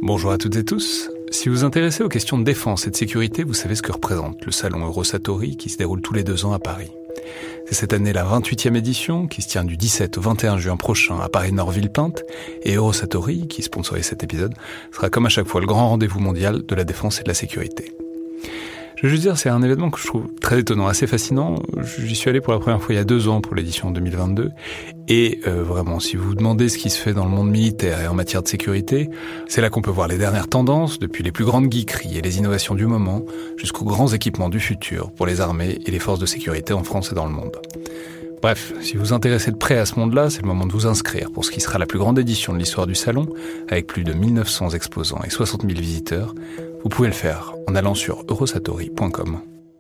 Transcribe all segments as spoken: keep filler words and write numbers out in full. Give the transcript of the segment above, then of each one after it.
Bonjour à toutes et tous. Si vous vous intéressez aux questions de défense et de sécurité, vous savez ce que représente le salon Eurosatory qui se déroule tous les deux ans à Paris. C'est cette année la vingt-huitième édition qui se tient du dix-sept au vingt et un juin prochain à Paris-Nord-Villepinte, et Eurosatory, qui sponsorise cet épisode, sera comme à chaque fois le grand rendez-vous mondial de la défense et de la sécurité. Je veux juste dire, c'est un événement que je trouve très étonnant, assez fascinant. J'y suis allé pour la première fois il y a deux ans pour l'édition deux mille vingt-deux. Et euh, vraiment, si vous vous demandez ce qui se fait dans le monde militaire et en matière de sécurité, c'est là qu'on peut voir les dernières tendances, depuis les plus grandes geekeries et les innovations du moment, jusqu'aux grands équipements du futur pour les armées et les forces de sécurité en France et dans le monde. Bref, si vous vous intéressez de près à ce monde-là, c'est le moment de vous inscrire pour ce qui sera la plus grande édition de l'histoire du salon, avec plus de mille neuf cents exposants et soixante mille visiteurs. Vous pouvez le faire en allant sur eurosatory point com.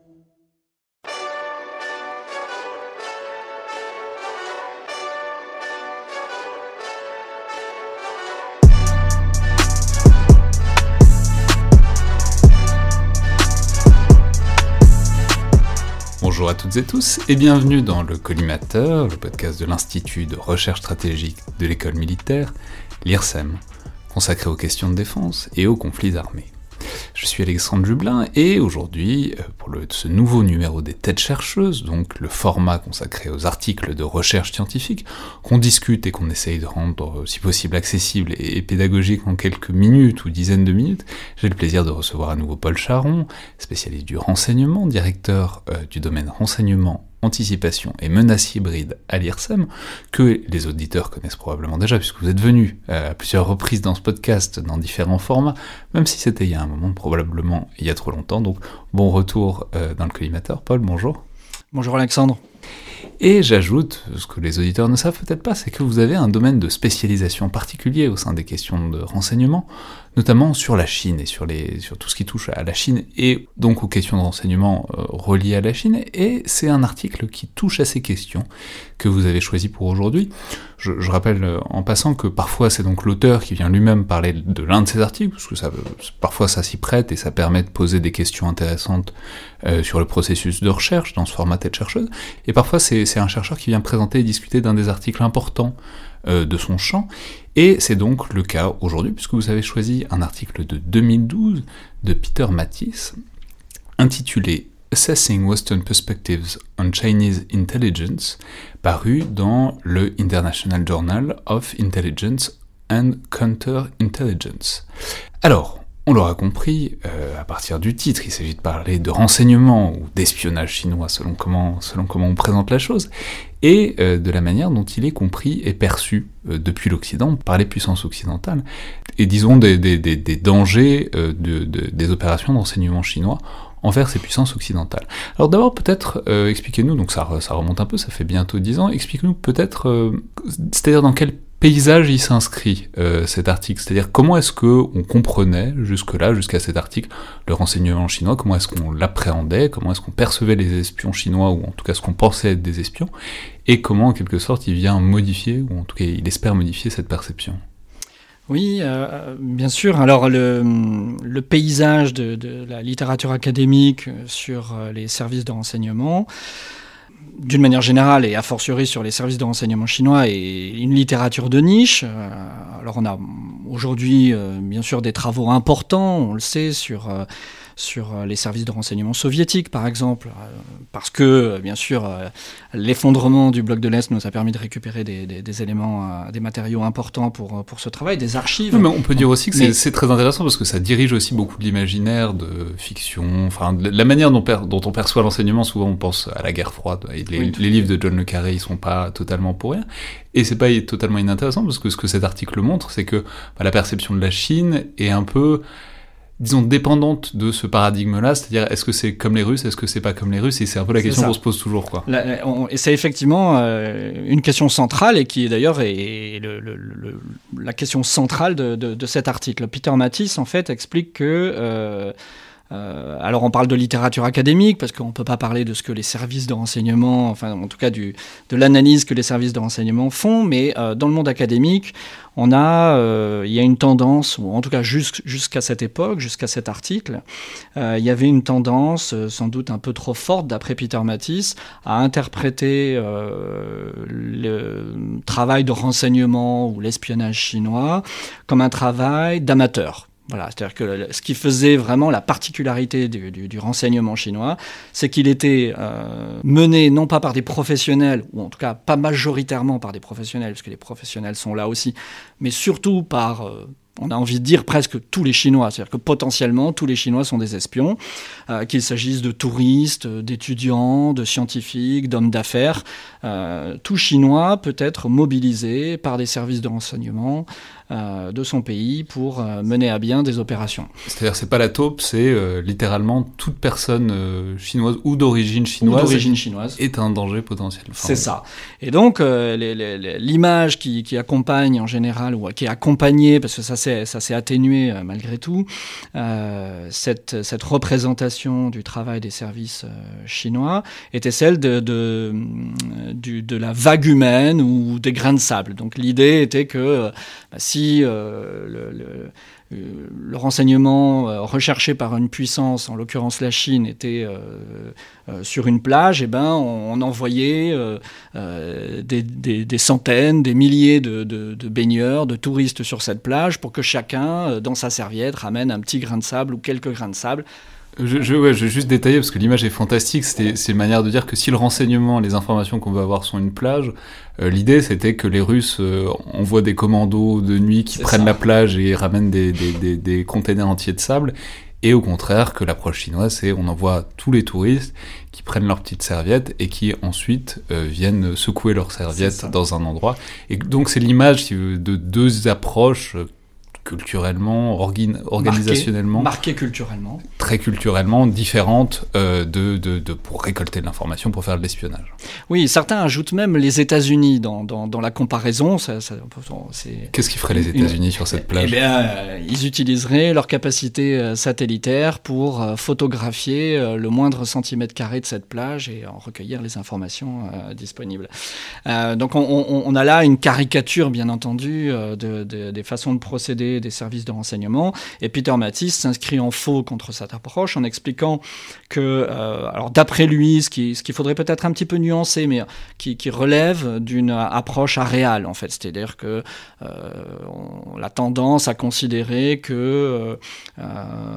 Bonjour à toutes et tous et bienvenue dans le Collimateur, le podcast de l'Institut de recherche stratégique de l'école militaire, l'I R S E M, consacré aux questions de défense et aux conflits armés. Je suis Alexandre Jublin et aujourd'hui, pour le, ce nouveau numéro des Têtes chercheuses, donc le format consacré aux articles de recherche scientifique, qu'on discute et qu'on essaye de rendre si possible accessible et pédagogique en quelques minutes ou dizaines de minutes, j'ai le plaisir de recevoir à nouveau Paul Charon, spécialiste du renseignement, directeur euh, du domaine renseignement, anticipation et menaces hybrides à l'I R S E M, que les auditeurs connaissent probablement déjà, puisque vous êtes venus euh, à plusieurs reprises dans ce podcast, dans différents formats, même si c'était il y a un moment, probablement il y a trop longtemps. Donc bon retour euh, dans le collimateur. Paul, bonjour. Bonjour Alexandre. Et j'ajoute, ce que les auditeurs ne savent peut-être pas, c'est que vous avez un domaine de spécialisation particulier au sein des questions de renseignement, notamment sur la Chine et sur, les, sur tout ce qui touche à la Chine et donc aux questions de renseignement euh, reliées à la Chine. Et c'est un article qui touche à ces questions que vous avez choisi pour aujourd'hui. Je, je rappelle euh, en passant que parfois c'est donc l'auteur qui vient lui-même parler de l'un de ces articles, parce que ça, parfois ça s'y prête et ça permet de poser des questions intéressantes euh, sur le processus de recherche dans ce format tête chercheuse. Et parfois c'est, c'est un chercheur qui vient présenter et discuter d'un des articles importants euh, de son champ. Et c'est donc le cas aujourd'hui, puisque vous avez choisi un article de deux mille douze de Peter Mattis, intitulé « Assessing Western Perspectives on Chinese Intelligence », paru dans le International Journal of Intelligence and Counterintelligence. Alors, on l'aura compris, euh, à partir du titre, il s'agit de parler de renseignement ou d'espionnage chinois, selon comment, selon comment on présente la chose, et euh, de la manière dont il est compris et perçu euh, depuis l'Occident, par les puissances occidentales, et disons des, des, des, des dangers euh, de, de, des opérations de renseignement chinois envers ces puissances occidentales. Alors d'abord, peut-être, euh, expliquez-nous, donc ça, ça remonte un peu, ça fait bientôt dix ans, expliquez-nous peut-être, euh, c'est-à-dire dans quel paysage il s'inscrit, euh, cet article, c'est-à-dire comment est-ce qu'on comprenait jusque-là, jusqu'à cet article, le renseignement chinois, comment est-ce qu'on l'appréhendait, comment est-ce qu'on percevait les espions chinois, ou en tout cas ce qu'on pensait être des espions, et comment en quelque sorte il vient modifier, ou en tout cas il espère modifier cette perception. Oui, euh, bien sûr. Alors le, le paysage de, de la littérature académique sur les services de renseignement, d'une manière générale et a fortiori sur les services de renseignement chinois, est une littérature de niche. Alors on a aujourd'hui euh, bien sûr des travaux importants, on le sait, sur, euh, sur les services de renseignement soviétiques par exemple, euh, parce que bien sûr euh, l'effondrement du bloc de l'Est nous a permis de récupérer des, des, des éléments, euh, des matériaux importants pour, pour ce travail, des archives. Oui, mais on peut dire aussi que mais... c'est, c'est très intéressant parce que ça dirige aussi beaucoup de l'imaginaire de fiction, enfin de la manière dont, per, dont on perçoit l'enseignement. Souvent on pense à la guerre froide, et les, oui, les livres de John le Carré ils sont pas totalement pour rien, et c'est pas totalement inintéressant parce que ce que cet article montre, c'est que bah, la perception de la Chine est un peu, disons, dépendante de ce paradigme-là, c'est-à-dire est-ce que c'est comme les Russes, est-ce que c'est pas comme les Russes, et c'est un peu la c'est question ça. qu'on se pose toujours, quoi. La, on, et c'est effectivement euh, une question centrale, et qui d'ailleurs est le, le, le, la question centrale de, de, de cet article. Peter Mattis, en fait, explique que euh, Euh, alors on parle de littérature académique, parce qu'on ne peut pas parler de ce que les services de renseignement, enfin en tout cas du, de l'analyse que les services de renseignement font, mais euh, dans le monde académique, on a, euh, il y a une tendance, ou en tout cas jusqu', jusqu'à cette époque, jusqu'à cet article, euh, il y avait une tendance, euh, sans doute un peu trop forte, d'après Peter Mattis, à interpréter euh, le travail de renseignement ou l'espionnage chinois comme un travail d'amateur. Voilà, c'est-à-dire que ce qui faisait vraiment la particularité du, du, du renseignement chinois, c'est qu'il était euh, mené non pas par des professionnels, ou en tout cas pas majoritairement par des professionnels, parce que les professionnels sont là aussi, mais surtout par... Euh, on a envie de dire presque tous les Chinois, c'est-à-dire que potentiellement tous les Chinois sont des espions, euh, qu'il s'agisse de touristes, d'étudiants, de scientifiques, d'hommes d'affaires. Euh, tout Chinois peut être mobilisé par des services de renseignement euh, de son pays pour euh, mener à bien des opérations. C'est-à-dire c'est pas la taupe, c'est euh, littéralement toute personne euh, chinoise ou d'origine chinoise, ou d'origine chinoise est un danger potentiel. Enfin, c'est ça. Et donc euh, les, les, l'image qui, qui accompagne en général, ou qui est accompagnée, parce que ça s'est, ça s'est atténué euh, malgré tout, euh, cette, cette représentation du travail des services euh, chinois était celle de, de, du, de la vague humaine ou des grains de sable. Donc l'idée était que euh, bah, si euh, le, le le renseignement euh, recherché par une puissance, en l'occurrence la Chine, était euh, euh, sur une plage, et ben on, on envoyait euh, euh, des, des, des centaines, des milliers de, de, de baigneurs, de touristes sur cette plage pour que chacun, euh, dans sa serviette, ramène un petit grain de sable ou quelques grains de sable. Je, je, ouais, je vais juste détailler parce que l'image est fantastique. C'était, c'est une manière de dire que si le renseignement, les informations qu'on veut avoir sont une plage, euh, l'idée c'était que les Russes euh, envoient des commandos de nuit qui c'est prennent ça. La plage et ramènent des, des, des, des containers entiers de sable. Et au contraire, que l'approche chinoise, c'est on envoie tous les touristes qui prennent leurs petites serviettes et qui ensuite euh, viennent secouer leurs serviettes dans un endroit. Et donc c'est l'image de deux approches culturellement, organ- organisationnellement, marqué, marqué culturellement, très culturellement différentes euh, de, de, de pour récolter de l'information, pour faire de l'espionnage. Oui, certains ajoutent même les États-Unis dans, dans, dans la comparaison. Ça, ça, c'est Qu'est-ce qui ferait les États-Unis une... sur cette plage ? Eh bien, euh, ils utiliseraient leur capacité euh, satellitaire pour euh, photographier euh, le moindre centimètre carré de cette plage et en recueillir les informations euh, disponibles. Euh, donc, on, on, on a là une caricature, bien entendu, euh, de, de, des façons de procéder des services de renseignement, et Peter Mattis s'inscrit en faux contre cette approche en expliquant que, euh, alors d'après lui, ce, qui, ce qu'il faudrait peut-être un petit peu nuancer, mais qui, qui relève d'une approche aréale, en fait, c'est-à-dire que euh, on a tendance à considérer que euh,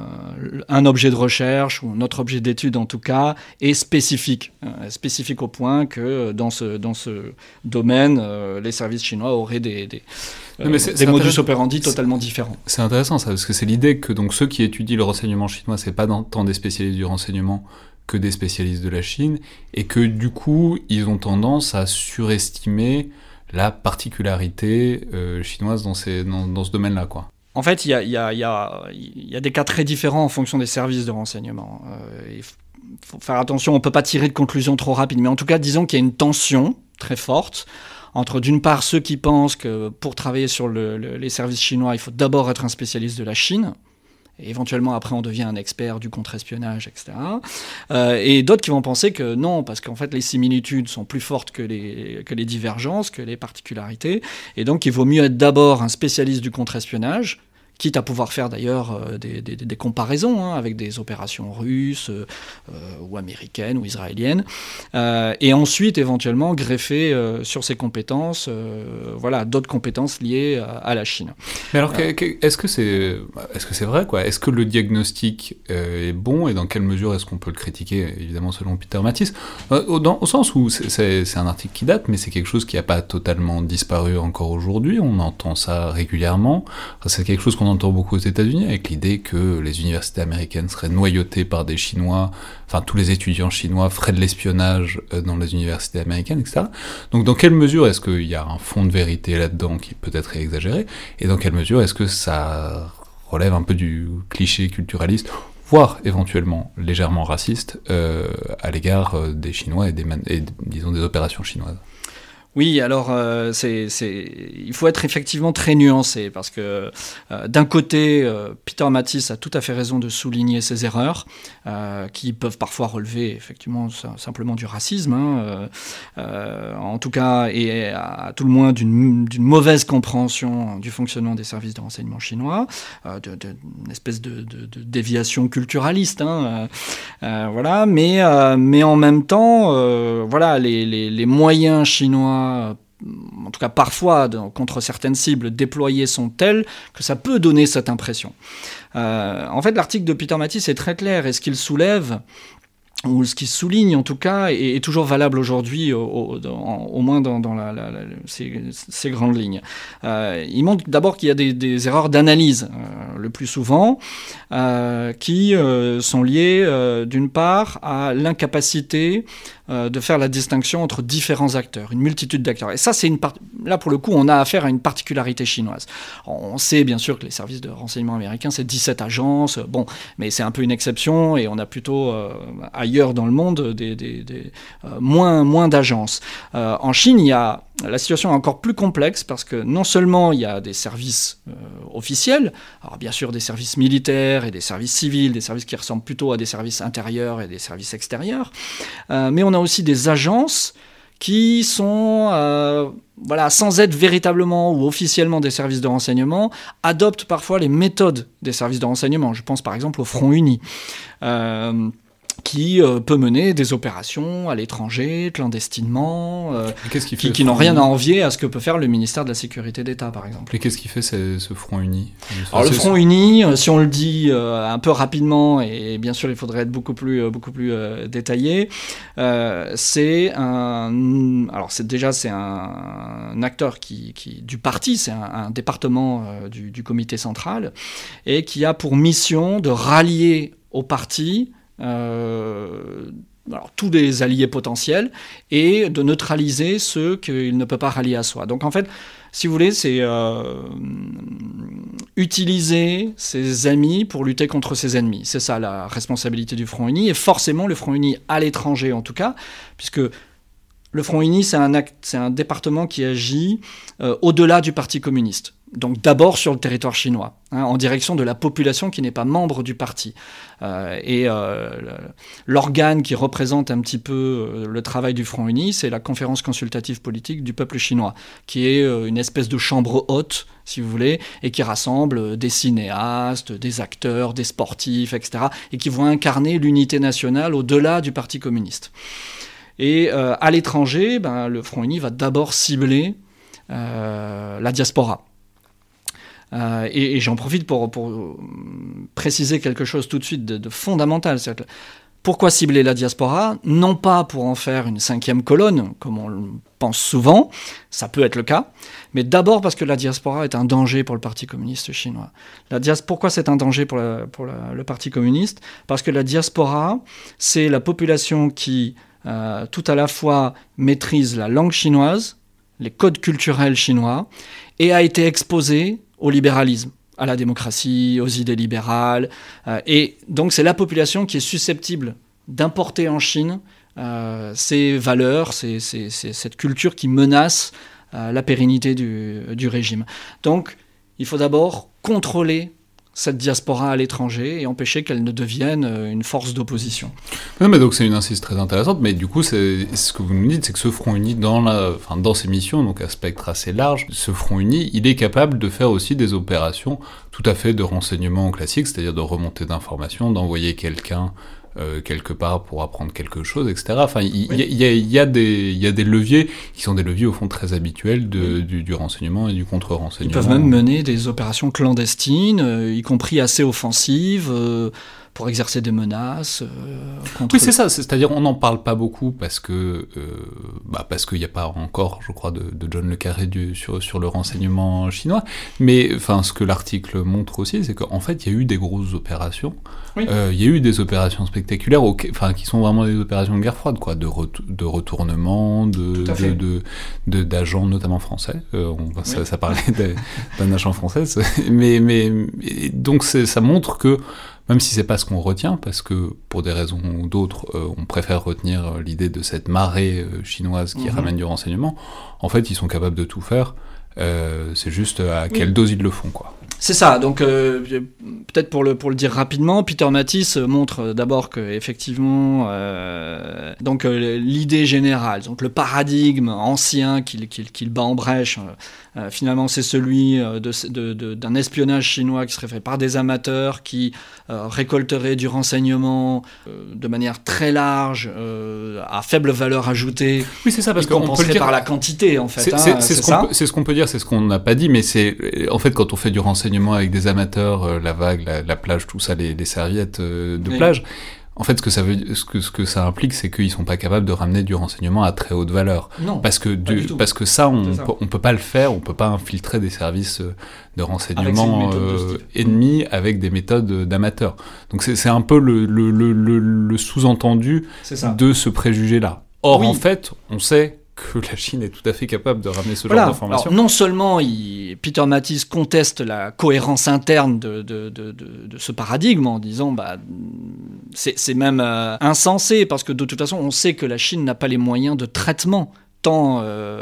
un objet de recherche, ou notre objet d'étude en tout cas, est spécifique, euh, spécifique au point que dans ce, dans ce domaine, euh, les services chinois auraient des, des Non, mais c'est, des c'est modus operandi totalement différents. C'est intéressant ça, parce que c'est l'idée que donc, ceux qui étudient le renseignement chinois, c'est pas tant des spécialistes du renseignement que des spécialistes de la Chine, et que du coup, ils ont tendance à surestimer la particularité euh, chinoise dans, ces, dans, dans ce domaine-là, quoi. En fait, il y a, y, a, y, a, y a des cas très différents en fonction des services de renseignement. Euh, il faut faire attention, on ne peut pas tirer de conclusions trop rapides, mais en tout cas, disons qu'il y a une tension très forte entre, d'une part, ceux qui pensent que pour travailler sur le, le, les services chinois, il faut d'abord être un spécialiste de la Chine, et éventuellement après on devient un expert du contre-espionnage, et cetera. Euh, et d'autres qui vont penser que non, parce qu'en fait les similitudes sont plus fortes que les, que les divergences, que les particularités, et donc il vaut mieux être d'abord un spécialiste du contre-espionnage, quitte à pouvoir faire d'ailleurs euh, des, des, des comparaisons hein, avec des opérations russes euh, ou américaines ou israéliennes, euh, et ensuite éventuellement greffer euh, sur ses compétences euh, voilà, d'autres compétences liées à, à la Chine. Mais alors, euh, est-ce que c'est, est-ce que c'est vrai quoi ? Est-ce que le diagnostic euh, est bon, et dans quelle mesure est-ce qu'on peut le critiquer, évidemment selon Peter Mattis, euh, au, dans, au sens où c'est, c'est, c'est un article qui date, mais c'est quelque chose qui n'a pas totalement disparu encore aujourd'hui, on entend ça régulièrement, enfin, c'est quelque chose qu'on entend beaucoup aux États-Unis, avec l'idée que les universités américaines seraient noyautées par des Chinois, enfin tous les étudiants chinois feraient de l'espionnage dans les universités américaines, et cetera. Donc dans quelle mesure est-ce qu'il y a un fond de vérité là-dedans qui peut-être est exagéré, et dans quelle mesure est-ce que ça relève un peu du cliché culturaliste, voire éventuellement légèrement raciste, euh, à l'égard des Chinois et, des, man- et disons des opérations chinoises ? Oui, alors euh, c'est, c'est, il faut être effectivement très nuancé, parce que euh, d'un côté, euh, Peter Mattis a tout à fait raison de souligner ses erreurs, euh, qui peuvent parfois relever effectivement simplement du racisme, hein, euh, euh, en tout cas, et à, à tout le moins d'une, d'une mauvaise compréhension du fonctionnement des services de renseignement chinois, euh, de, de, une espèce de, de, de déviation culturaliste, hein, euh, euh, voilà, mais, euh, mais en même temps, euh, voilà, les, les, les moyens chinois en tout cas parfois dans, contre certaines cibles déployées sont telles que ça peut donner cette impression. Euh, en fait, l'article de Peter Mattis est très clair et ce qu'il soulève, ou ce qui souligne en tout cas, est, est toujours valable aujourd'hui, au, au, dans, au moins dans, dans la, la, la, ces, ces grandes lignes. Euh, il montre d'abord qu'il y a des, des erreurs d'analyse, euh, le plus souvent, euh, qui euh, sont liées euh, d'une part à l'incapacité euh, de faire la distinction entre différents acteurs, une multitude d'acteurs. Et ça, c'est une part... là pour le coup, on a affaire à une particularité chinoise. On sait bien sûr que les services de renseignement américains, c'est dix-sept agences, bon, mais c'est un peu une exception et on a plutôt euh, ailleurs dans le monde des, des, des, euh, moins, moins d'agences. Euh, en Chine, il y a, la situation est encore plus complexe parce que non seulement il y a des services euh, officiels, alors bien sûr des services militaires et des services civils, des services qui ressemblent plutôt à des services intérieurs et des services extérieurs, euh, mais on a aussi des agences qui sont, euh, voilà, sans être véritablement ou officiellement des services de renseignement, adoptent parfois les méthodes des services de renseignement. Je pense par exemple au Front Uni. Euh, qui euh, peut mener des opérations à l'étranger, clandestinement, euh, qui, qui, qui n'ont rien à envier à ce que peut faire le ministère de la Sécurité d'État, par exemple. Et qu'est-ce qui fait ce, ce Front Uni ? Alors le Front Uni, euh, si on le dit euh, un peu rapidement, et bien sûr il faudrait être beaucoup plus, euh, beaucoup plus euh, détaillé, euh, c'est un... Alors c'est, déjà c'est un, un acteur qui, qui, du parti, c'est un, un département euh, du, du comité central, et qui a pour mission de rallier au parti Euh, alors, tous les alliés potentiels et de neutraliser ceux qu'il ne peut pas rallier à soi. Donc en fait, si vous voulez, c'est euh, utiliser ses amis pour lutter contre ses ennemis. C'est ça la responsabilité du Front Uni, et forcément le Front Uni à l'étranger en tout cas, puisque le Front Uni, c'est un, acte, c'est un département qui agit euh, au-delà du Parti communiste. Donc d'abord sur le territoire chinois, hein, en direction de la population qui n'est pas membre du parti. Euh, et euh, l'organe qui représente un petit peu le travail du Front Uni, c'est la conférence consultative politique du peuple chinois, qui est une espèce de chambre haute, si vous voulez, et qui rassemble des cinéastes, des acteurs, des sportifs, et cetera, et qui vont incarner l'unité nationale au-delà du Parti communiste. Et euh, à l'étranger, ben, le Front Uni va d'abord cibler euh, la diaspora. Euh, et, et j'en profite pour, pour préciser quelque chose tout de suite de, de fondamental. C'est-à-dire que, pourquoi cibler la diaspora ? Non pas pour en faire une cinquième colonne, comme on le pense souvent, ça peut être le cas, mais d'abord parce que la diaspora est un danger pour le Parti communiste chinois. La dias- pourquoi c'est un danger pour, la, pour la, le Parti communiste ? Parce que la diaspora, c'est la population qui, euh, tout à la fois, maîtrise la langue chinoise, les codes culturels chinois, et a été exposée au libéralisme, à la démocratie, aux idées libérales. Euh, et donc c'est la population qui est susceptible d'importer en Chine euh, ces valeurs, ces, ces, ces, cette culture qui menace euh, la pérennité du, du régime. Donc il faut d'abord contrôler cette diaspora à l'étranger et empêcher qu'elle ne devienne une force d'opposition. Oui, mais donc c'est une insiste très intéressante, mais du coup, c'est, ce que vous nous dites, c'est que ce Front Uni, dans, la, enfin, dans ses missions, donc à spectre assez large, ce Front Uni, il est capable de faire aussi des opérations tout à fait de renseignement classique, c'est-à-dire de remontée d'informations, d'envoyer quelqu'un euh, quelque part pour apprendre quelque chose, et cetera. Enfin, il oui. y, y, y, y, a des, y a des leviers qui sont des leviers au fond très habituels de, oui. du, du renseignement et du contre-renseignement. Ils peuvent même mener des opérations clandestines, euh, y compris assez offensives, euh, pour exercer des menaces. Euh, contre... Oui, c'est ça. C'est, c'est-à-dire, on n'en parle pas beaucoup parce que euh, bah parce qu'il n'y a pas encore, je crois, de, de John le Carré du, sur sur le renseignement chinois. Mais enfin, ce que l'article montre aussi, c'est qu'en fait, il y a eu des grosses opérations. Oui. Euh, il y a eu des opérations spectaculaires, enfin, qui sont vraiment des opérations de guerre froide, quoi, de, ret- de retournement, de, de, de, de d'agents notamment français. Euh, on, oui. ça, ça parlait d'un agent français, mais mais donc c'est, ça montre que même si c'est pas ce qu'on retient, parce que pour des raisons ou d'autres, euh, on préfère retenir l'idée de cette marée euh, chinoise qui mmh. ramène du renseignement, en fait, ils sont capables de tout faire, euh, c'est juste à quelle oui. dose ils le font, quoi. C'est ça, donc euh, peut-être pour le, pour le dire rapidement, Peter Mattis montre d'abord que effectivement, euh, donc euh, l'idée générale, donc le paradigme ancien qu'il, qu'il, qu'il bat en brèche euh, finalement c'est celui de, de, de, d'un espionnage chinois qui serait fait par des amateurs qui euh, récolteraient du renseignement euh, de manière très large, euh, à faible valeur ajoutée. Oui, c'est ça, parce qu'on peut le dire par la quantité, en fait. C'est, hein, c'est, c'est, c'est, ce ça qu'on peut, c'est ce qu'on peut dire, c'est ce qu'on n'a pas dit, mais c'est en fait quand on fait du renseignement avec des amateurs, euh, la vague, la, la plage, tout ça, les, les serviettes euh, de oui. plage. En fait, ce que ça veut, ce que ce que ça implique, c'est qu'ils sont pas capables de ramener du renseignement à très haute valeur. Non. Parce que du, parce que ça, on ça. Peut, on peut pas le faire, on peut pas infiltrer des services de renseignement euh, ennemis avec des méthodes d'amateurs. Donc c'est c'est un peu le le le le, le sous-entendu de ce préjugé-là. Or, oui. en fait, on sait que la Chine est tout à fait capable de ramener ce voilà. genre d'informations. Alors, non seulement il, Peter Mattis conteste la cohérence interne de, de, de, de, de ce paradigme en disant bah, c'est, c'est même euh, insensé parce que de toute façon on sait que la Chine n'a pas les moyens de traitement tant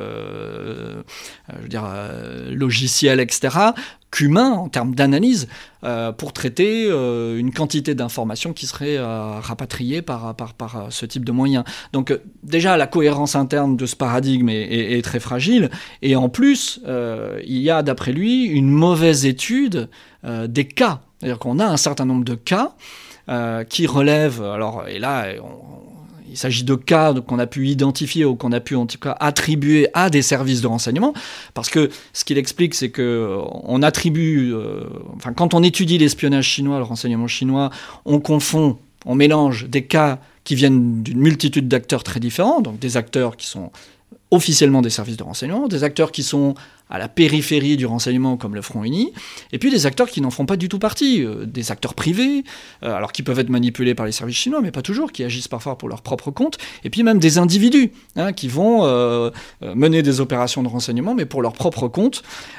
euh, je veux dire, euh, logiciel, et cetera, qu'humain en termes d'analyse euh, pour traiter euh, une quantité d'informations qui seraient euh, rapatriées par, par, par ce type de moyens. Donc euh, déjà, la cohérence interne de ce paradigme est, est, est très fragile. Et en plus, euh, il y a, d'après lui, une mauvaise étude euh, des cas. C'est-à-dire qu'on a un certain nombre de cas euh, qui relèvent... Alors, et là... On, Il s'agit de cas qu'on a pu identifier ou qu'on a pu en tout cas attribuer à des services de renseignement, parce que ce qu'il explique, c'est que on attribue, euh, enfin quand on étudie l'espionnage chinois, le renseignement chinois, on confond, on mélange des cas qui viennent d'une multitude d'acteurs très différents, donc des acteurs qui sont officiellement des services de renseignement, des acteurs qui sont à la périphérie du renseignement comme le Front Uni, et puis des acteurs qui n'en font pas du tout partie, euh, des acteurs privés, euh, alors qui peuvent être manipulés par les services chinois, mais pas toujours, qui agissent parfois pour leur propre compte, et puis même des individus hein, qui vont euh, mener des opérations de renseignement, mais pour leur propre compte,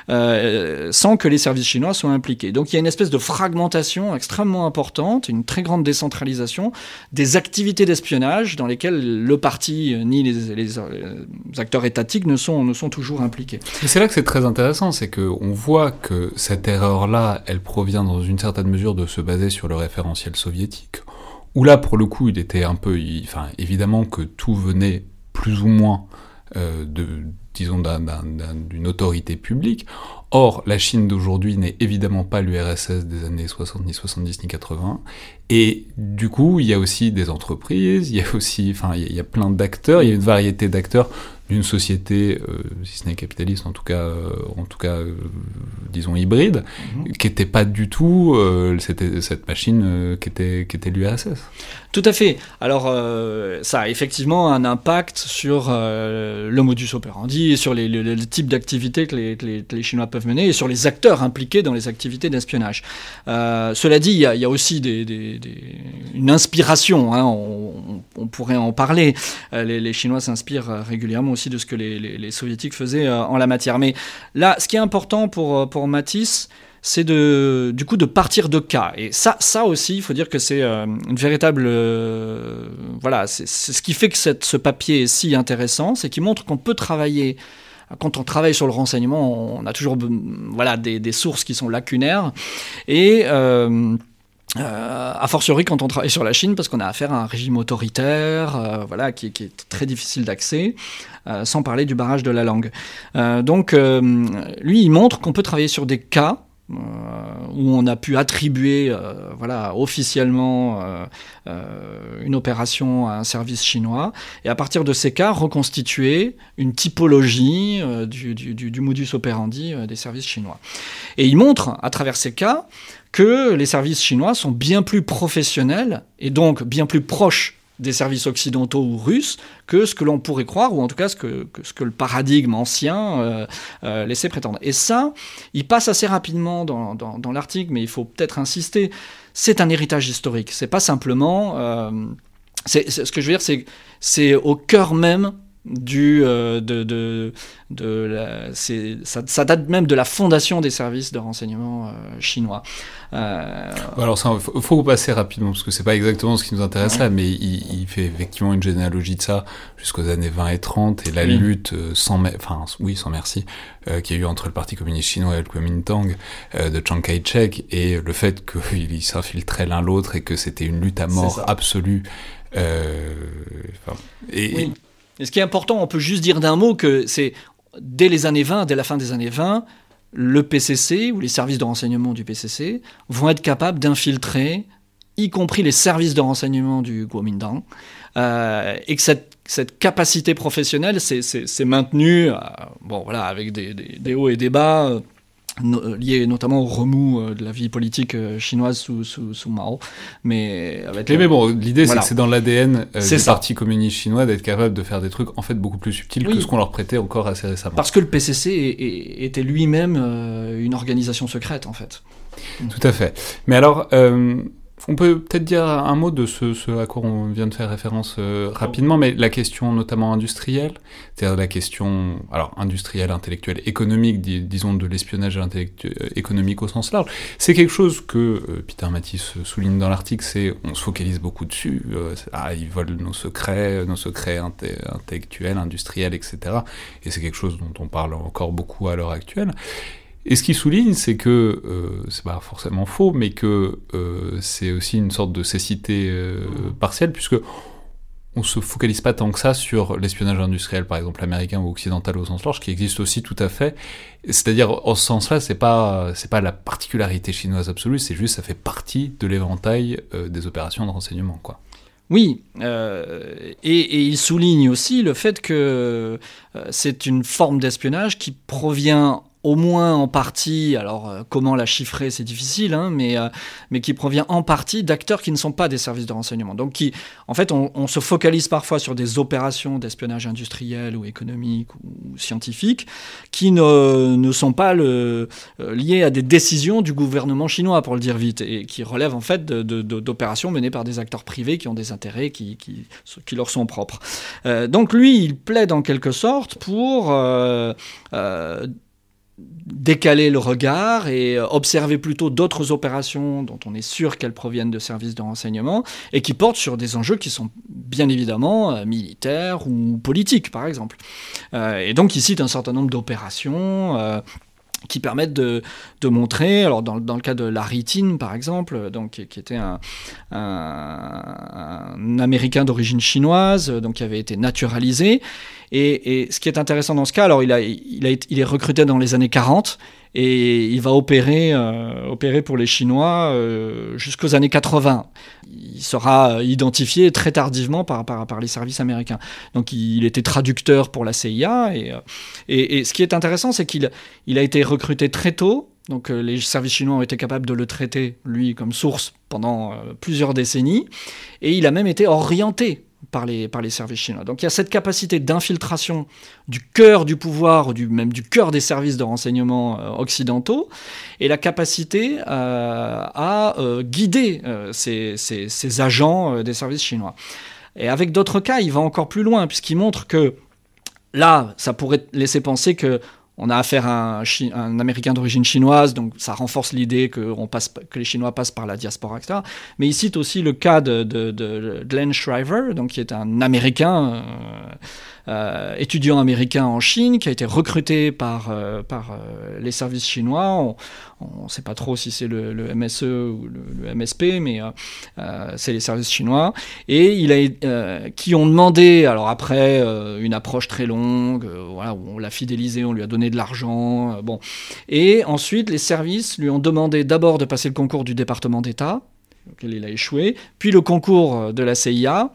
euh, sans que les services chinois soient impliqués. Donc il y a une espèce de fragmentation extrêmement importante, une très grande décentralisation des activités d'espionnage dans lesquelles le parti ni les, les, les acteurs étatiques ne sont, ne sont toujours impliqués. Et c'est là que c'est très intéressant, c'est qu'on voit que cette erreur-là, elle provient dans une certaine mesure de se baser sur le référentiel soviétique, où là, pour le coup, il était un peu... Il, enfin, évidemment que tout venait plus ou moins euh, de, disons, d'un, d'un, d'un, d'une autorité publique. Or, la Chine d'aujourd'hui n'est évidemment pas l'U R S S des années soixante, ni soixante-dix, ni quatre-vingts. Et du coup, il y a aussi des entreprises, il y a aussi... Enfin, il y a, il y a plein d'acteurs, il y a une variété d'acteurs d'une société, euh, si ce n'est capitaliste, en tout cas, euh, en tout cas, euh, disons hybride, mmh. qui n'était pas du tout euh, cette, cette machine euh, qui était, qui était l'U R S S. Tout à fait. Alors, euh, ça a effectivement un impact sur euh, le modus operandi et sur les, les, les types d'activités que les, que, les, que les Chinois peuvent mener et sur les acteurs impliqués dans les activités d'espionnage. Euh, cela dit, il y a, il y a aussi des, des, des, une inspiration, hein, on, on pourrait en parler. Euh, les, les Chinois s'inspirent régulièrement aussi de ce que les, les, les soviétiques faisaient euh, en la matière. Mais là, ce qui est important pour, pour Mattis, c'est de, du coup de partir de cas. Et ça, ça aussi, il faut dire que c'est euh, une véritable... Euh, voilà, c'est, c'est ce qui fait que cette, ce papier est si intéressant, c'est qu'il montre qu'on peut travailler... Quand on travaille sur le renseignement, on a toujours voilà, des, des sources qui sont lacunaires. Et... Euh, Euh, a fortiori quand on travaille sur la Chine, parce qu'on a affaire à un régime autoritaire, euh, voilà, qui, qui est très difficile d'accès, euh, sans parler du barrage de la langue. Euh, donc, euh, lui, il montre qu'on peut travailler sur des cas euh, où on a pu attribuer, euh, voilà, officiellement euh, euh, une opération à un service chinois, et à partir de ces cas, reconstituer une typologie euh, du, du, du, du modus operandi euh, des services chinois. Et il montre, à travers ces cas, que les services chinois sont bien plus professionnels et donc bien plus proches des services occidentaux ou russes que ce que l'on pourrait croire, ou en tout cas ce que, que, ce que le paradigme ancien euh, euh, laissait prétendre. Et ça, il passe assez rapidement dans, dans, dans l'article, mais il faut peut-être insister, c'est un héritage historique. C'est pas simplement... Euh, c'est, c'est, ce que je veux dire, c'est, c'est au cœur même du, euh, de, de, de la, c'est, ça, ça date même de la fondation des services de renseignement euh, chinois. Euh... Alors ça, faut, faut passer rapidement parce que c'est pas exactement ce qui nous intéresse ouais. là, mais il, il fait effectivement une généalogie de ça jusqu'aux années vingt et trente et la oui. lutte sans, enfin oui sans merci euh, qu'il y a eu entre le Parti communiste chinois et le Kuomintang euh, de Chiang Kai-shek et le fait qu'ils s'infiltraient l'un l'autre et que c'était une lutte à mort absolue. Euh, et, oui. Et ce qui est important, on peut juste dire d'un mot que c'est dès les années vingt, dès la fin des années vingt, le P C C, ou les services de renseignement du P C C, vont être capables d'infiltrer, y compris les services de renseignement du Kuomintang, euh, et que cette, cette capacité professionnelle s'est, s'est, s'est maintenue, euh, bon, voilà, avec des, des, des hauts et des bas, euh, no, liés notamment au remous euh, de la vie politique euh, chinoise sous, sous, sous Mao. Mais, avec, mais, euh, mais bon, l'idée, voilà. c'est que c'est dans l'A D N euh, du ça. Parti communiste chinois d'être capable de faire des trucs en fait beaucoup plus subtils oui. que ce qu'on leur prêtait encore assez récemment. Parce que le P C C est, est, était lui-même euh, une organisation secrète, en fait. Tout à fait. Mais alors... Euh, on peut peut-être dire un mot de ce, ce à quoi on vient de faire référence euh, rapidement, mais la question notamment industrielle, c'est-à-dire la question alors industrielle, intellectuelle, économique, dis, disons de l'espionnage économique au sens large, c'est quelque chose que euh, Peter Mattis souligne dans l'article, c'est on se focalise beaucoup dessus, euh, ah, ils volent nos secrets, nos secrets inte- intellectuels, industriels, et cetera. Et c'est quelque chose dont on parle encore beaucoup à l'heure actuelle. Et ce qu'il souligne, c'est que, euh, c'est pas forcément faux, mais que euh, c'est aussi une sorte de cécité euh, partielle, puisque on se focalise pas tant que ça sur l'espionnage industriel, par exemple américain ou occidental au sens large, qui existe aussi tout à fait. C'est-à-dire, en ce sens-là, c'est pas, c'est pas la particularité chinoise absolue, c'est juste ça fait partie de l'éventail euh, des opérations de renseignement, quoi. Oui, euh, et, et il souligne aussi le fait que euh, c'est une forme d'espionnage qui provient au moins en partie, alors euh, comment la chiffrer, c'est difficile, hein, mais, euh, mais qui provient en partie d'acteurs qui ne sont pas des services de renseignement. Donc, qui, en fait, on, on se focalise parfois sur des opérations d'espionnage industriel ou économique ou scientifique qui ne, ne sont pas le, euh, liées à des décisions du gouvernement chinois, pour le dire vite, et qui relèvent en fait de, de, de, d'opérations menées par des acteurs privés qui ont des intérêts qui, qui, qui leur sont propres. Euh, donc, lui, il plaide en quelque sorte pour... Euh, euh, décaler le regard et observer plutôt d'autres opérations dont on est sûr qu'elles proviennent de services de renseignement et qui portent sur des enjeux qui sont bien évidemment euh, militaires ou politiques, par exemple. Euh, et donc, il cite un certain nombre d'opérations euh, qui permettent de, de montrer, alors dans, dans le cas de Larry Tin, par exemple, donc, qui, qui était un, un, un Américain d'origine chinoise, donc qui avait été naturalisé. Et, et ce qui est intéressant dans ce cas, alors il, a, il, a, il est recruté dans les années quarante, et il va opérer, euh, opérer pour les Chinois euh, jusqu'aux années quatre-vingts. Il sera identifié très tardivement par, par, par les services américains. Donc il, il était traducteur pour la C I A, et, et, et ce qui est intéressant, c'est qu'il il a été recruté très tôt. Donc euh, les services chinois ont été capables de le traiter, lui, comme source pendant euh, plusieurs décennies, et il a même été orienté par les, par les services chinois. Donc il y a cette capacité d'infiltration du cœur du pouvoir, ou du, même du cœur des services de renseignement euh, occidentaux, et la capacité euh, à euh, guider euh, ces, ces, ces agents euh, des services chinois. Et avec d'autres cas, il va encore plus loin, puisqu'il montre que là, ça pourrait laisser penser que on a affaire à un, Chi- un Américain d'origine chinoise, donc ça renforce l'idée que, on passe, que les Chinois passent par la diaspora, et cetera. Mais il cite aussi le cas de, de, de Glenn Shriver, donc qui est un Américain, euh, euh, étudiant américain en Chine, qui a été recruté par, euh, par euh, les services chinois. On ne sait pas trop si c'est le, le M S E ou le, le M S P, mais euh, euh, c'est les services chinois. Et il a, euh, qui ont demandé, alors après euh, une approche très longue, euh, voilà, où on l'a fidélisé, on lui a donné de l'argent, euh, bon. Et ensuite, les services lui ont demandé d'abord de passer le concours du département d'État, auquel il a échoué, puis le concours de la C I A,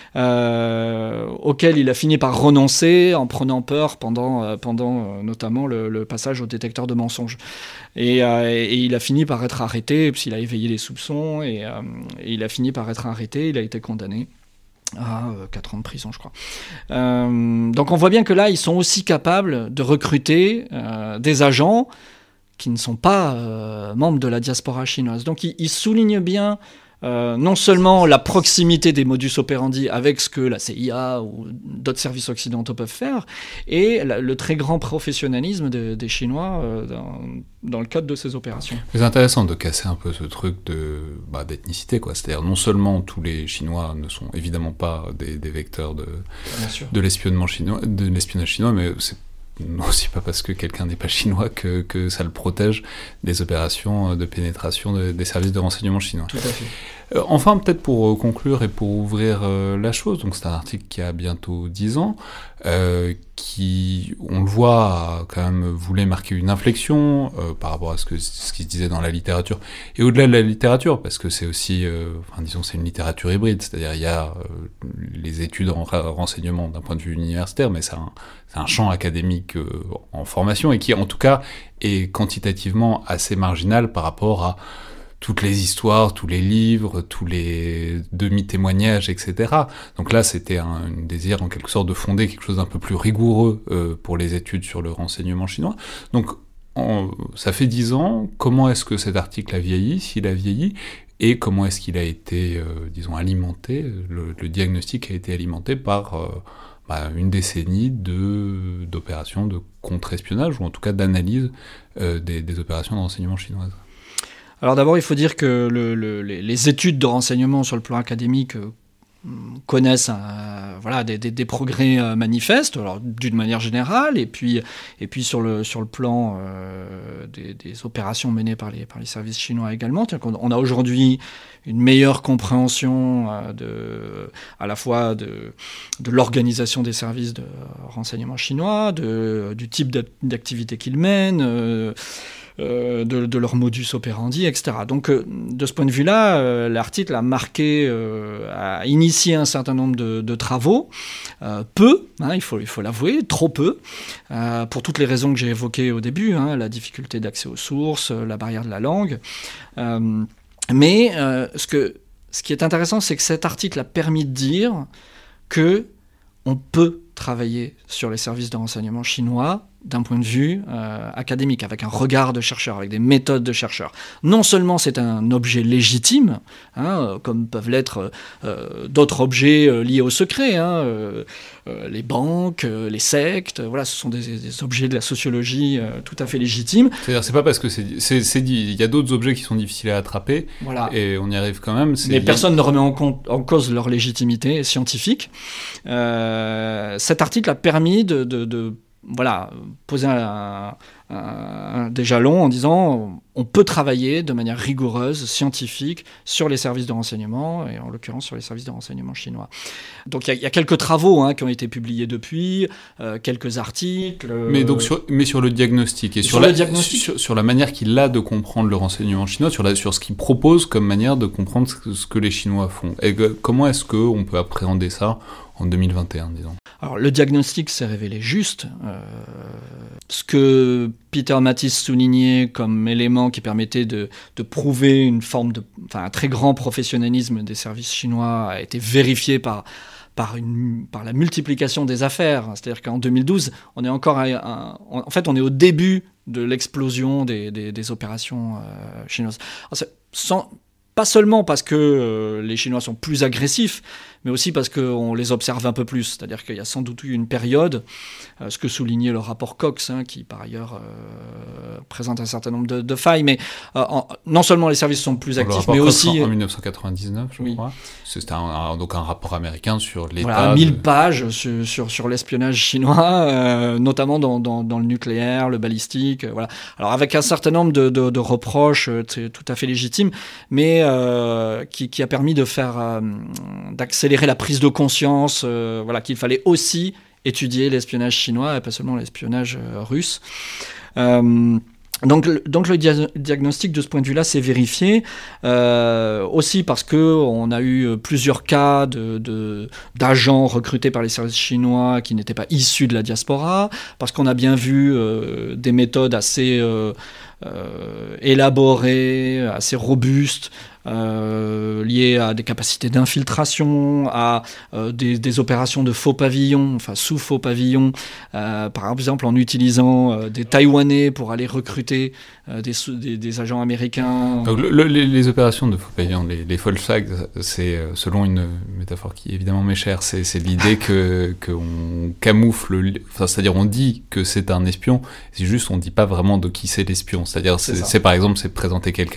euh, auquel il a fini par renoncer en prenant peur pendant, euh, pendant euh, notamment le, le passage au détecteur de mensonges. Et, euh, et il a fini par être arrêté, puisqu'il a éveillé les soupçons, et, euh, et il a fini par être arrêté, il a été condamné à euh, quatre ans de prison, je crois. Euh, donc on voit bien que là, ils sont aussi capables de recruter euh, des agents qui ne sont pas euh, membres de la diaspora chinoise. Donc il, il souligne bien euh, non seulement la proximité des modus operandi avec ce que la C I A ou d'autres services occidentaux peuvent faire, et la, le très grand professionnalisme de, des Chinois euh, dans, dans le cadre de ces opérations. C'est intéressant de casser un peu ce truc de, bah, d'ethnicité, quoi. C'est-à-dire non seulement tous les Chinois ne sont évidemment pas des, des vecteurs de, de l'espionnage chinois, de l'espionnage chinois, mais c'est aussi pas parce que quelqu'un n'est pas chinois que, que ça le protège des opérations de pénétration de, des services de renseignement chinois. Tout à fait. Euh, enfin, peut-être pour conclure et pour ouvrir euh, la chose, donc c'est un article qui a bientôt dix ans, euh, qui, on le voit, a quand même voulu marquer une inflexion euh, par rapport à ce, que, ce qui se disait dans la littérature, et au-delà de la littérature, parce que c'est aussi, euh, enfin disons, c'est une littérature hybride, c'est-à-dire il y a euh, les études en renseignement d'un point de vue universitaire, mais c'est un, c'est un champ académique euh, en formation, et qui en tout cas est quantitativement assez marginal par rapport à toutes les histoires, tous les livres, tous les demi-témoignages, et cetera. Donc là, c'était un, un désir, en quelque sorte, de fonder quelque chose d'un peu plus rigoureux euh, pour les études sur le renseignement chinois. Donc, en, ça fait dix ans. Comment est-ce que cet article a vieilli, s'il a vieilli, et comment est-ce qu'il a été, euh, disons, alimenté, le, le diagnostic a été alimenté par euh, bah, une décennie de, d'opérations de contre-espionnage, ou en tout cas d'analyse euh, des, des opérations de renseignement chinoises. Alors d'abord, il faut dire que le, le, les, les études de renseignement sur le plan académique euh, connaissent un, voilà, des, des, des progrès euh, manifestes, alors, d'une manière générale, et puis, et puis sur, le, sur le plan euh, des, des opérations menées par les, par les services chinois également. On, on a aujourd'hui une meilleure compréhension euh, de, à la fois de, de l'organisation des services de renseignement chinois, de, du type d'activité qu'ils mènent, euh, Euh, de, de leur modus operandi, et cetera. Donc, euh, de ce point de vue-là, euh, l'article a marqué, euh, a initié un certain nombre de, de travaux, euh, peu, hein, il faut, il faut l'avouer, trop peu, euh, pour toutes les raisons que j'ai évoquées au début, hein, la difficulté d'accès aux sources, la barrière de la langue. Euh, mais euh, ce, que, ce qui est intéressant, c'est que cet article a permis de dire que on peut travailler sur les services de renseignement chinois d'un point de vue euh, académique, avec un regard de chercheur, avec des méthodes de chercheur. Non seulement c'est un objet légitime, hein, comme peuvent l'être euh, d'autres objets euh, liés au secret, hein, euh, euh, les banques, euh, les sectes, euh, voilà, ce sont des, des objets de la sociologie euh, tout à fait légitimes. C'est-à-dire, c'est pas parce que c'est, c'est, c'est dit, il y a d'autres objets qui sont difficiles à attraper, voilà. Et on y arrive quand même. C'est Mais personne ne remet en, compte, en cause leur légitimité scientifique. Euh, cet article a permis de, de, de voilà, poser un, un, un, des jalons en disant on peut travailler de manière rigoureuse, scientifique, sur les services de renseignement, et en l'occurrence sur les services de renseignement chinois. Donc il y, y a quelques travaux hein, qui ont été publiés depuis, euh, quelques articles. Euh... Mais, donc sur, mais sur le diagnostic, et sur, sur, la, le diagnostic sur, sur la manière qu'il a de comprendre le renseignement chinois, sur, la, sur ce qu'il propose comme manière de comprendre ce que, ce que les Chinois font. Et que, comment est-ce qu'on peut appréhender ça en deux mille vingt et un, disons? Alors, le diagnostic s'est révélé juste. Euh, ce que Peter Mattis soulignait comme élément qui permettait de, de prouver une forme de, enfin, un très grand professionnalisme des services chinois a été vérifié par, par, une, par la multiplication des affaires. C'est-à-dire qu'en deux mille douze, on est encore à un, en fait, on est au début de l'explosion des, des, des opérations euh, chinoises. Alors, sans, pas seulement parce que euh, les Chinois sont plus agressifs, mais aussi parce qu'on les observe un peu plus. C'est-à-dire qu'il y a sans doute eu une période, euh, ce que soulignait le rapport Cox, hein, qui par ailleurs euh, présente un certain nombre de, de failles, mais euh, en, non seulement les services sont plus actifs, mais Cox aussi... En dix-neuf cent quatre-vingt-dix-neuf, je oui. crois. C'était un, un, donc un rapport américain sur l'État... Voilà, mille de... pages sur, sur, sur l'espionnage chinois, euh, notamment dans, dans, dans le nucléaire, le balistique, euh, voilà. Alors avec un certain nombre de, de, de reproches euh, tout à fait légitimes, mais euh, qui, qui a permis de faire... Euh, d'accélérer la prise de conscience, euh, voilà, qu'il fallait aussi étudier l'espionnage chinois et pas seulement l'espionnage euh, russe. Euh, donc, donc le dia- diagnostic de ce point de vue-là s'est vérifié, euh, aussi parce qu'on a eu plusieurs cas de, de, d'agents recrutés par les services chinois qui n'étaient pas issus de la diaspora, parce qu'on a bien vu euh, des méthodes assez euh, euh, élaborées, assez robustes, Euh, liées à des capacités d'infiltration, à euh, des, des opérations de faux pavillons, enfin sous faux pavillons, euh, par exemple en utilisant euh, des Taïwanais pour aller recruter euh, des, des, des agents américains. Donc, le, le, les, les opérations de faux pavillons, les, les false flags, c'est selon une métaphore qui évidemment m'est chère, c'est, c'est l'idée que qu'on camoufle, enfin, c'est-à-dire on dit que c'est un espion, c'est juste on dit pas vraiment de qui c'est l'espion, c'est-à-dire c'est, c'est, c'est par exemple c'est présenter quelqu'un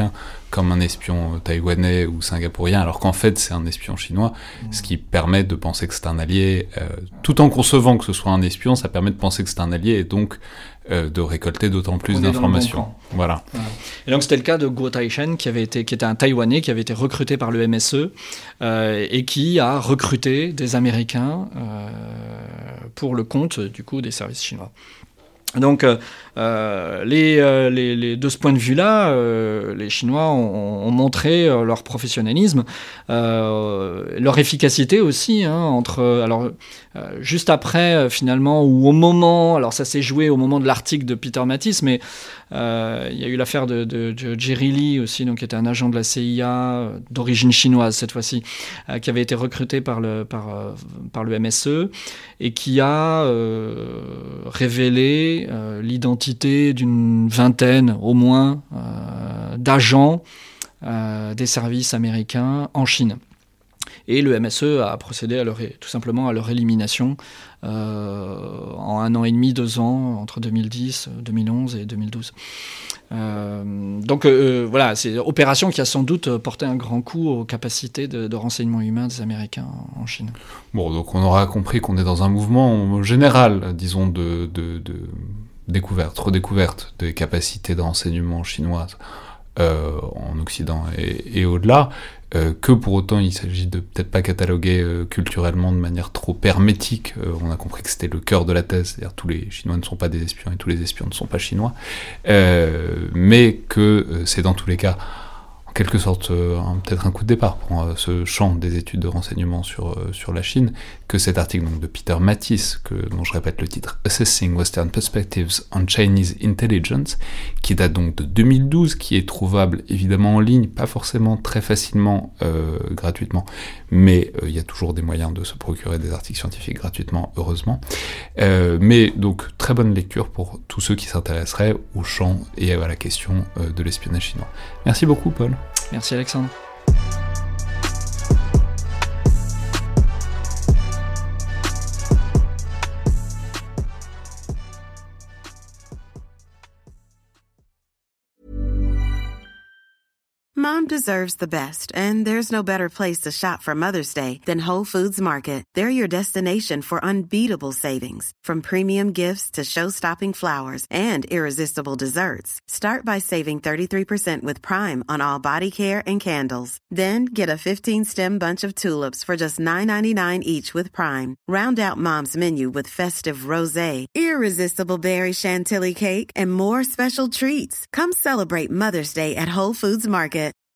comme un espion taïwanais ou singapourien, alors qu'en fait c'est un espion chinois, mmh. ce qui permet de penser que c'est un allié, euh, tout en concevant que ce soit un espion, ça permet de penser que c'est un allié et donc euh, de récolter d'autant plus d'informations. Bon voilà. voilà. Et donc c'était le cas de Guo Taishen, qui avait été, qui était un Taïwanais, qui avait été recruté par le M S E euh, et qui a recruté des Américains euh, pour le compte du coup des services chinois. Donc, euh, les, euh, les, les, de ce point de vue-là, euh, les Chinois ont, ont montré euh, leur professionnalisme, euh, leur efficacité aussi. Hein, entre, alors, euh, juste après, euh, finalement, ou au moment, alors ça s'est joué au moment de l'article de Peter Mattis, mais euh, il y a eu l'affaire de, de, de Jerry Lee aussi, donc qui était un agent de la C I A d'origine chinoise cette fois-ci, euh, qui avait été recruté par le, par, euh, par le M S E et qui a euh, révélé Euh, l'identité d'une vingtaine au moins euh, d'agents euh, des services américains en Chine. Et le M S E a procédé à leur, tout simplement à leur élimination euh, en un an et demi, deux ans, entre deux mille dix, deux mille onze et deux mille douze. Euh, donc euh, voilà, c'est une opération qui a sans doute porté un grand coup aux capacités de, de renseignement humain des Américains en Chine. Bon, donc on aura compris qu'on est dans un mouvement général, disons, de, de, de découverte, redécouverte des capacités de renseignement chinoises euh, en Occident et, et au-delà, euh, que pour autant il s'agit de peut-être pas cataloguer euh, culturellement de manière trop hermétique. Euh, on a compris que c'était le cœur de la thèse, c'est-à-dire tous les Chinois ne sont pas des espions et tous les espions ne sont pas chinois, euh, mais que euh, c'est dans tous les cas en quelque sorte euh, un, peut-être un coup de départ pour euh, ce champ des études de renseignement sur, euh, sur la Chine, que cet article donc, de Peter Mattis, que, dont je répète le titre, Assessing Western Perspectives on Chinese Intelligence, qui date donc de deux mille douze, qui est trouvable évidemment en ligne, pas forcément très facilement euh, gratuitement, mais il euh, y a toujours des moyens de se procurer des articles scientifiques gratuitement, heureusement. Euh, mais donc très bonne lecture pour tous ceux qui s'intéresseraient au champ et à la question euh, de l'espionnage chinois. Merci beaucoup Paul. Merci Alexandre. Mom deserves the best, and there's no better place to shop for Mother's Day than Whole Foods Market. They're your destination for unbeatable savings, from premium gifts to show-stopping flowers and irresistible desserts. Start by saving thirty-three percent with Prime on all body care and candles. Then get a fifteen-stem bunch of tulips for just nine ninety-nine each with Prime. Round out Mom's menu with festive rosé, irresistible berry chantilly cake, and more special treats. Come celebrate Mother's Day at Whole Foods Market.